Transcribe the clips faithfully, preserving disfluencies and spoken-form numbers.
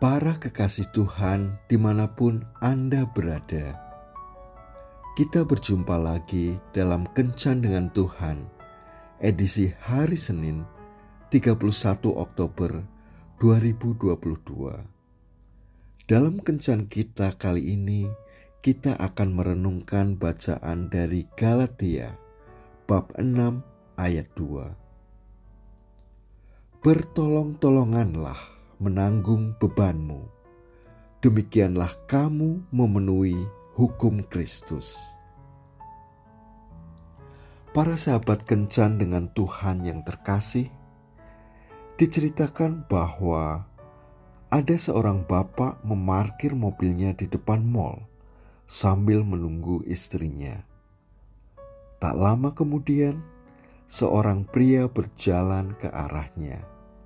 Para kekasih Tuhan dimanapun Anda berada, kita berjumpa lagi dalam Kencan dengan Tuhan, edisi hari Senin tiga puluh satu Oktober dua ribu dua puluh dua. Dalam Kencan kita kali ini, kita akan merenungkan bacaan dari Galatia, bab enam ayat dua. Bertolong-tolonganlah menanggung bebanmu, demikianlah kamu memenuhi hukum Kristus. Para sahabat Kencan dengan Tuhan yang terkasih, diceritakan bahwa ada seorang bapak memarkir mobilnya di depan mal sambil menunggu istrinya. Tak lama kemudian, seorang pria berjalan ke arahnya.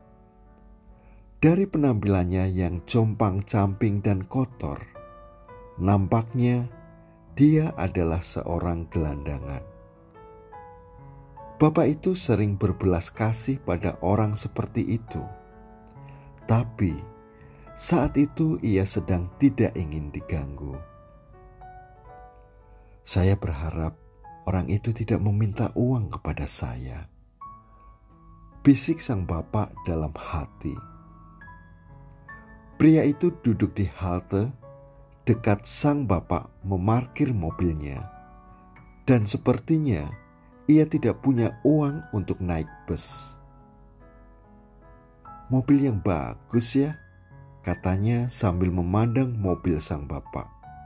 Dari penampilannya yang compang-camping dan kotor, nampaknya dia adalah seorang gelandangan. Bapak itu sering berbelas kasih pada orang seperti itu, tapi saat itu ia sedang tidak ingin diganggu. Saya berharap orang itu tidak meminta uang kepada saya, bisik sang bapak dalam hati. Pria itu duduk di halte dekat sang bapak memarkir mobilnya, dan sepertinya ia tidak punya uang untuk naik bus. "Mobil yang bagus ya," katanya sambil memandang mobil sang bapak.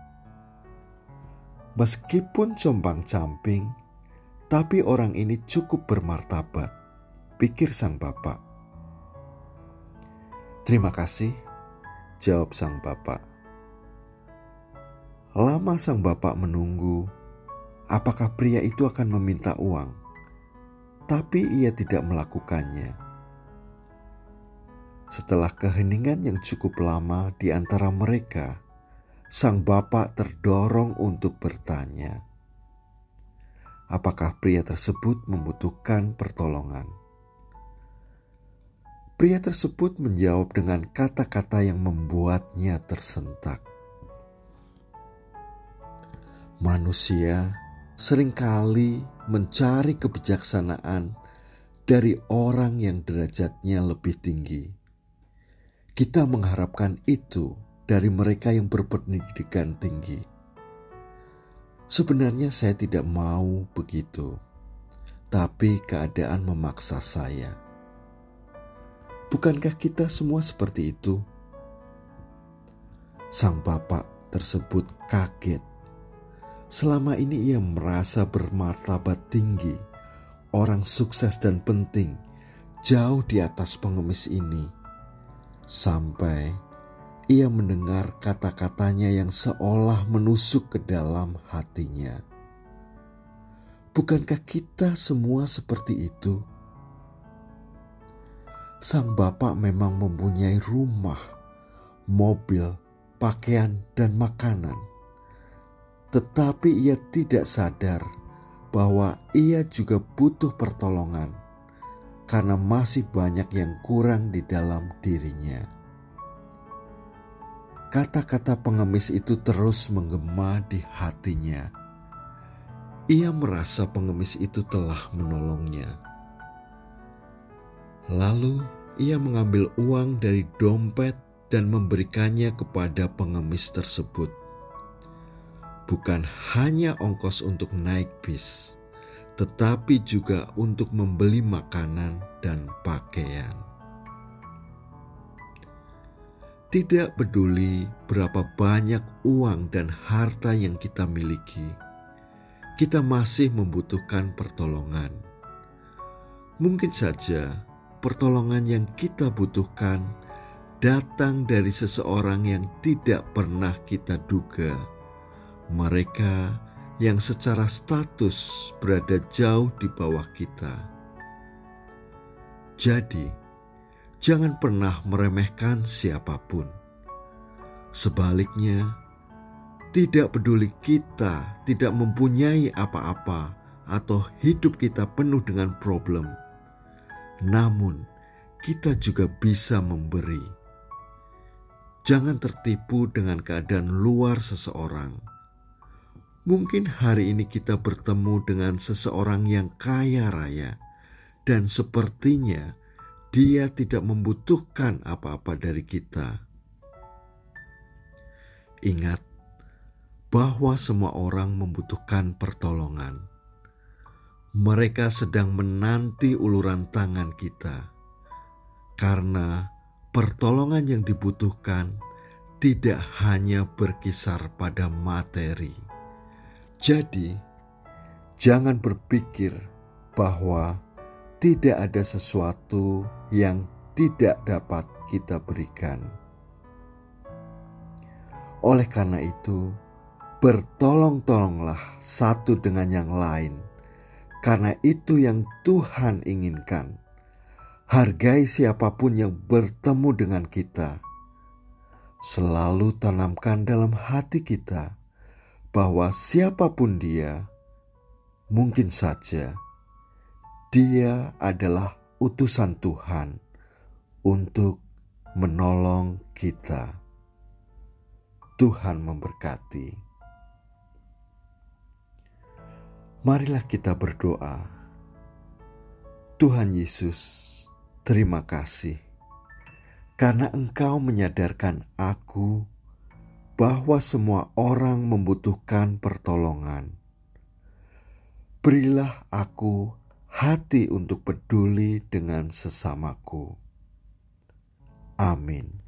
Meskipun compang-camping, tapi orang ini cukup bermartabat, pikir sang bapak. "Terima kasih," jawab sang bapak. Lama sang bapak menunggu apakah pria itu akan meminta uang, tapi ia tidak melakukannya. Setelah keheningan yang cukup lama di antara mereka, sang bapak terdorong untuk bertanya, apakah pria tersebut membutuhkan pertolongan. Pria tersebut menjawab dengan kata-kata yang membuatnya tersentak. Manusia seringkali mencari kebijaksanaan dari orang yang derajatnya lebih tinggi. Kita mengharapkan itu dari mereka yang berpendidikan tinggi. Sebenarnya saya tidak mau begitu, tapi keadaan memaksa saya. Bukankah kita semua seperti itu? Sang bapak tersebut kaget. Selama ini ia merasa bermartabat tinggi, orang sukses dan penting, jauh di atas pengemis ini. Sampai ia mendengar kata-katanya yang seolah menusuk ke dalam hatinya. Bukankah kita semua seperti itu? Sang bapak memang mempunyai rumah, mobil, pakaian, dan makanan. Tetapi ia tidak sadar bahwa ia juga butuh pertolongan karena masih banyak yang kurang di dalam dirinya. Kata-kata pengemis itu terus menggema di hatinya. Ia merasa pengemis itu telah menolongnya. Lalu ia mengambil uang dari dompet dan memberikannya kepada pengemis tersebut. Bukan hanya ongkos untuk naik bis, tetapi juga untuk membeli makanan dan pakaian. Tidak peduli berapa banyak uang dan harta yang kita miliki, kita masih membutuhkan pertolongan. Mungkin saja pertolongan yang kita butuhkan datang dari seseorang yang tidak pernah kita duga. Mereka yang secara status berada jauh di bawah kita. Jadi, jangan pernah meremehkan siapapun. Sebaliknya, tidak peduli kita tidak mempunyai apa-apa atau hidup kita penuh dengan problem, namun kita juga bisa memberi. Jangan tertipu dengan keadaan luar seseorang. Mungkin hari ini kita bertemu dengan seseorang yang kaya raya, dan sepertinya dia tidak membutuhkan apa-apa dari kita. Ingat bahwa semua orang membutuhkan pertolongan. Mereka sedang menanti uluran tangan kita, karena pertolongan yang dibutuhkan tidak hanya berkisar pada materi. Jadi, jangan berpikir bahwa tidak ada sesuatu yang tidak dapat kita berikan. Oleh karena itu, bertolong-tolonglah satu dengan yang lain, karena itu yang Tuhan inginkan. Hargai siapapun yang bertemu dengan kita. Selalu tanamkan dalam hati kita bahwa siapapun dia, mungkin saja dia adalah utusan Tuhan untuk menolong kita. Tuhan memberkati. Marilah kita berdoa. Tuhan Yesus, terima kasih karena Engkau menyadarkan aku bahwa semua orang membutuhkan pertolongan. Berilah aku hati untuk peduli dengan sesamaku. Amin.